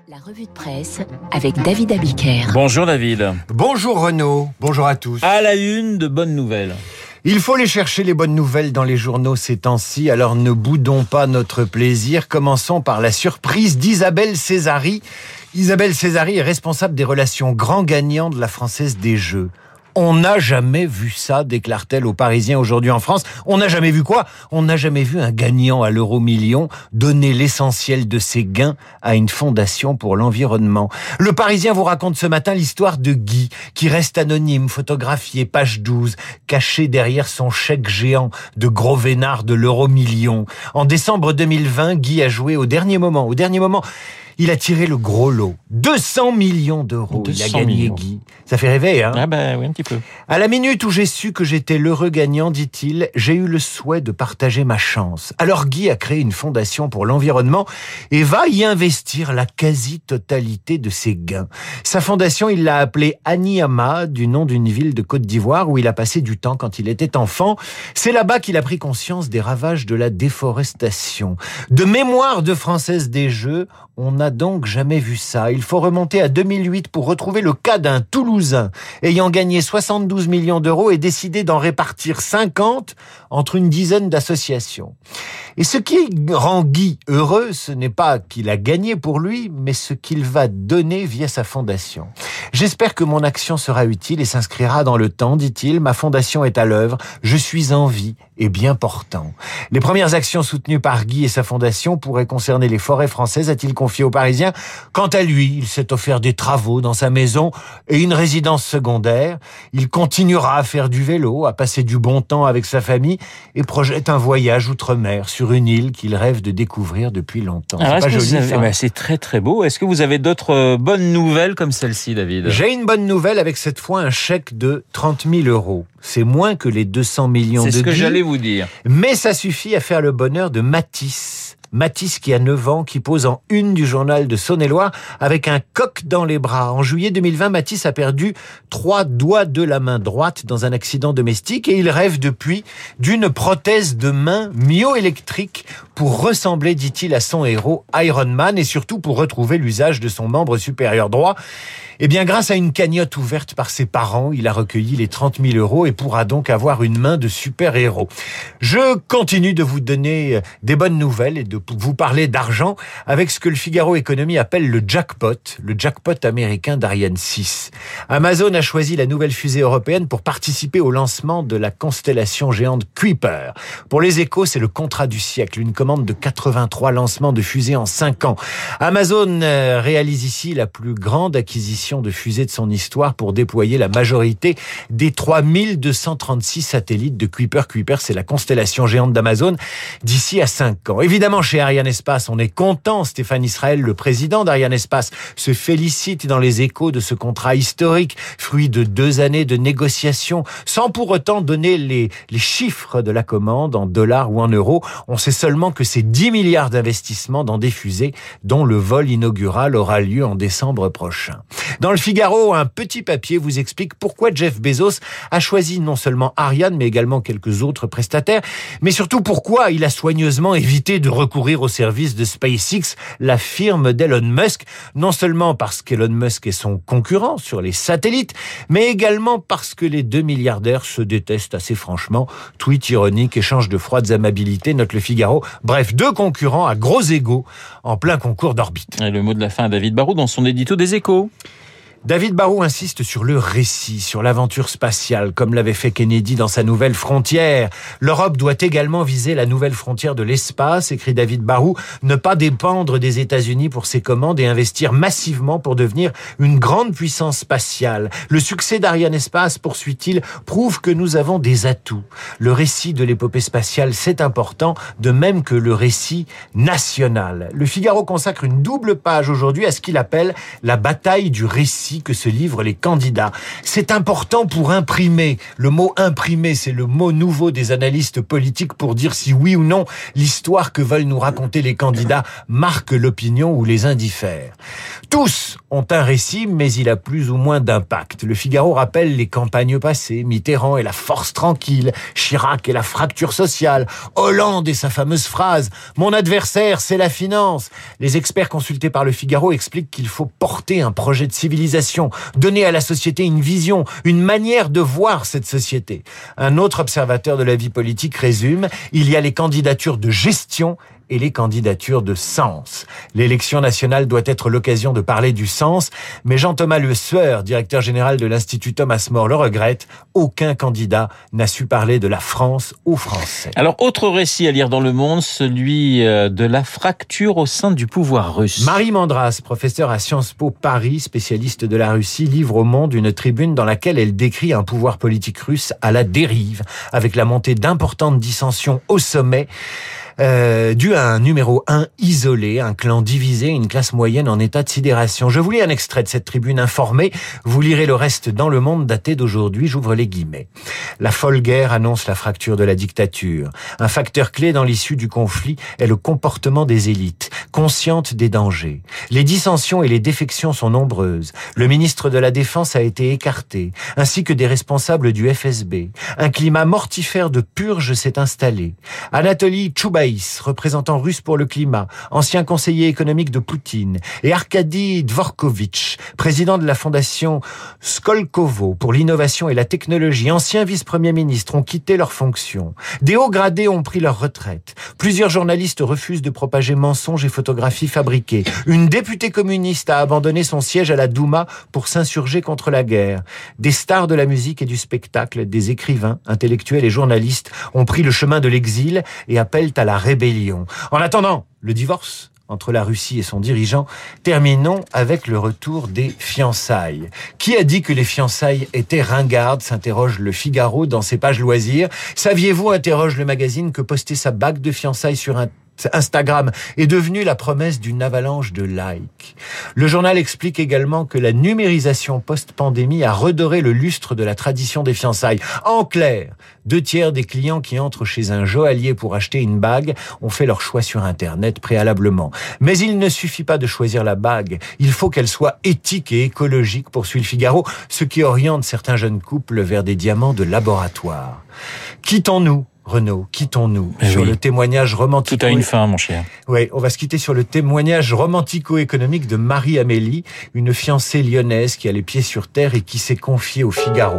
La revue de presse avec David Abiker. Bonjour David. Bonjour Renaud, bonjour à tous. À la une, de bonnes nouvelles. Il faut les chercher les bonnes nouvelles dans les journaux ces temps-ci, alors ne boudons pas notre plaisir. Commençons par la surprise d'Isabelle Césari. Isabelle Césari est responsable des relations grand gagnants de la Française des Jeux. On n'a jamais vu ça, déclare-t-elle aux Parisiens aujourd'hui en France. On n'a jamais vu quoi ? On n'a jamais vu un gagnant à l'euro-million donner l'essentiel de ses gains à une fondation pour l'environnement. Le Parisien vous raconte ce matin l'histoire de Guy, qui reste anonyme, photographié, page 12, caché derrière son chèque géant de gros vénard de l'euro-million. En décembre 2020, Guy a joué au dernier moment. Il a tiré le gros lot. 200 millions d'euros. Il a gagné, Guy. Ça fait rêver, hein ? Ah ben oui, un petit peu. À la minute où j'ai su que j'étais l'heureux gagnant, dit-il, j'ai eu le souhait de partager ma chance. Alors Guy a créé une fondation pour l'environnement et va y investir la quasi-totalité de ses gains. Sa fondation, il l'a appelée Anyama, du nom d'une ville de Côte d'Ivoire où il a passé du temps quand il était enfant. C'est là-bas qu'il a pris conscience des ravages de la déforestation. De mémoire de Française des Jeux, on n'a donc jamais vu ça. Il faut remonter à 2008 pour retrouver le cas d'un Toulousain ayant gagné 72 millions d'euros et décidé d'en répartir 50 entre une dizaine d'associations. Et ce qui rend Guy heureux, ce n'est pas qu'il a gagné pour lui, mais ce qu'il va donner via sa fondation. J'espère que mon action sera utile et s'inscrira dans le temps, dit-il. Ma fondation est à l'œuvre, je suis en vie et bien portant. Les premières actions soutenues par Guy et sa fondation pourraient concerner les forêts françaises, a-t-il confié aux Parisiens. Quant à lui, il s'est offert des travaux dans sa maison et une résidence secondaire. Il continuera à faire du vélo, à passer du bon temps avec sa famille et projette un voyage outre-mer sur une île qu'il rêve de découvrir depuis longtemps. Alors, c'est pas joli, ça. C'est très très beau. Est-ce que vous avez d'autres bonnes nouvelles comme celle-ci, David ? J'ai une bonne nouvelle avec cette fois un chèque de 30 000 euros. C'est moins que les 200 millions de Guy. C'est ce que j'allais vous dire. Mais ça suffit à faire le bonheur de Mathis. Mathis qui a 9 ans, qui pose en une du journal de Saône-et-Loire avec un coq dans les bras. En juillet 2020, Mathis a perdu 3 doigts de la main droite dans un accident domestique et il rêve depuis d'une prothèse de main myoélectrique pour ressembler, dit-il, à son héros Iron Man et surtout pour retrouver l'usage de son membre supérieur droit. Eh bien, grâce à une cagnotte ouverte par ses parents, il a recueilli les 30 000 euros et pourra donc avoir une main de super-héros. Je continue de vous donner des bonnes nouvelles et de vous parler d'argent avec ce que le Figaro Économie appelle le jackpot américain d'Ariane 6. Amazon a choisi la nouvelle fusée européenne pour participer au lancement de la constellation géante Kuiper. Pour les Échos, c'est le contrat du siècle, une commande de 83 lancements de fusées en 5 ans. Amazon réalise ici la plus grande acquisition de fusées de son histoire pour déployer la majorité des 3236 satellites de Kuiper. Kuiper, c'est la constellation géante d'Amazon d'ici à 5 ans. Évidemment, chez Arianespace, on est content. Stéphane Israël, le président d'Arianespace, se félicite dans les Échos de ce contrat historique, fruit de 2 années de négociations, sans pour autant donner les chiffres de la commande en dollars ou en euros. On sait seulement que c'est 10 milliards d'investissements dans des fusées dont le vol inaugural aura lieu en décembre prochain. Dans le Figaro, un petit papier vous explique pourquoi Jeff Bezos a choisi non seulement Ariane, mais également quelques autres prestataires, mais surtout pourquoi il a soigneusement évité de recourir au service de SpaceX, la firme d'Elon Musk, non seulement parce qu'Elon Musk est son concurrent sur les satellites, mais également parce que les 2 milliardaires se détestent assez franchement. Tweet ironique, échange de froides amabilités, note le Figaro. Bref, 2 concurrents à gros égos en plein concours d'orbite. Et le mot de la fin à David Barrault dans son édito des Échos. David Barrault insiste sur le récit, sur l'aventure spatiale, comme l'avait fait Kennedy dans sa nouvelle frontière. L'Europe doit également viser la nouvelle frontière de l'espace, écrit David Barrault, ne pas dépendre des États-Unis pour ses commandes et investir massivement pour devenir une grande puissance spatiale. Le succès d'Arianespace, poursuit-il, prouve que nous avons des atouts. Le récit de l'épopée spatiale, c'est important, de même que le récit national. Le Figaro consacre une double page aujourd'hui à ce qu'il appelle la bataille du récit défis que se livrent les candidats. C'est important pour imprimer. Le mot imprimer, c'est le mot nouveau des analystes politiques pour dire si oui ou non l'histoire que veulent nous raconter les candidats marque l'opinion ou les indiffère. Tous ont un récit, mais il a plus ou moins d'impact. Le Figaro rappelle les campagnes passées, Mitterrand et la force tranquille, Chirac et la fracture sociale, Hollande et sa fameuse phrase « Mon adversaire, c'est la finance ». Les experts consultés par le Figaro expliquent qu'il faut porter un projet de civilisation, donner à la société une vision, une manière de voir cette société. Un autre observateur de la vie politique résume « Il y a les candidatures de gestion et les candidatures de sens. L'élection nationale doit être l'occasion de parler du sens, mais Jean-Thomas Le Sueur, directeur général de l'Institut Thomas More, le regrette. Aucun candidat n'a su parler de la France aux Français. Alors, autre récit à lire dans Le Monde, celui de la fracture au sein du pouvoir russe. Marie Mandras, professeure à Sciences Po Paris, spécialiste de la Russie, livre au Monde une tribune dans laquelle elle décrit un pouvoir politique russe à la dérive, avec la montée d'importantes dissensions au sommet, dû à un numéro 1 isolé, un clan divisé, une classe moyenne en état de sidération. Je vous lis un extrait de cette tribune informée. Vous lirez le reste dans Le Monde daté d'aujourd'hui. J'ouvre les guillemets. La folle guerre annonce la fracture de la dictature. Un facteur clé dans l'issue du conflit est le comportement des élites, conscientes des dangers. Les dissensions et les défections sont nombreuses. Le ministre de la Défense a été écarté, ainsi que des responsables du FSB. Un climat mortifère de purge s'est installé. Anatoly Choubaïs, représentant russe pour le climat, ancien conseiller économique de Poutine, et Arkady Dvorkovitch, président de la fondation Skolkovo pour l'innovation et la technologie, ancien vice-premier ministre, ont quitté leurs fonctions. Des hauts gradés ont pris leur retraite. Plusieurs journalistes refusent de propager mensonges et photographies fabriquées. Une députée communiste a abandonné son siège à la Douma pour s'insurger contre la guerre. Des stars de la musique et du spectacle, des écrivains, intellectuels et journalistes ont pris le chemin de l'exil et appellent à la rébellion. En attendant le divorce entre la Russie et son dirigeant, terminons avec le retour des fiançailles. Qui a dit que les fiançailles étaient ringardes, s'interroge le Figaro dans ses pages loisirs. Saviez-vous, interroge le magazine, que poster sa bague de fiançailles sur Instagram est devenu la promesse d'une avalanche de likes. Le journal explique également que la numérisation post-pandémie a redoré le lustre de la tradition des fiançailles. En clair, 2/3 des clients qui entrent chez un joaillier pour acheter une bague ont fait leur choix sur Internet préalablement. Mais il ne suffit pas de choisir la bague, il faut qu'elle soit éthique et écologique, poursuit le Figaro, ce qui oriente certains jeunes couples vers des diamants de laboratoire. Quittons-nous, Renaud, quittons-nous sur le témoignage romantique. Tout a une fin, mon cher. Oui, on va se quitter sur le témoignage romantico-économique de Marie-Amélie, une fiancée lyonnaise qui a les pieds sur terre et qui s'est confiée au Figaro.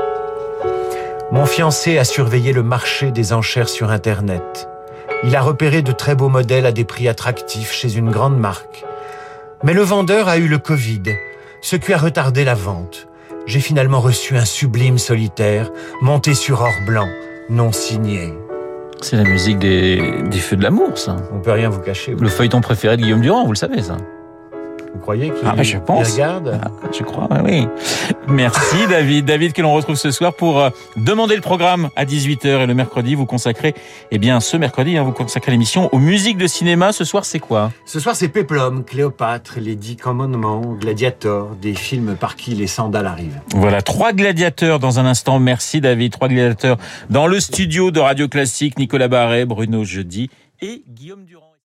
Mon fiancé a surveillé le marché des enchères sur Internet. Il a repéré de très beaux modèles à des prix attractifs chez une grande marque. Mais le vendeur a eu le Covid, ce qui a retardé la vente. J'ai finalement reçu un sublime solitaire, monté sur or blanc, non signé. C'est la musique des Feux de l'amour, ça. On peut rien vous cacher. Le feuilleton préféré de Guillaume Durand, vous le savez, ça. Vous croyez qu'il je pense. regarde ? Je crois, oui. Merci, David. David, que l'on retrouve ce soir pour demander le programme à 18h. Et le mercredi, vous consacrez, ce mercredi, vous consacrez l'émission aux musiques de cinéma. Ce soir, c'est quoi ? Ce soir, c'est Péplum, Cléopâtre, les 10 commandements, Gladiator, des films par qui les sandales arrivent. Voilà, 3 gladiateurs dans un instant. Merci, David. 3 gladiateurs dans le studio de Radio Classique. Nicolas Barret, Bruno Jeudi et Guillaume Durand.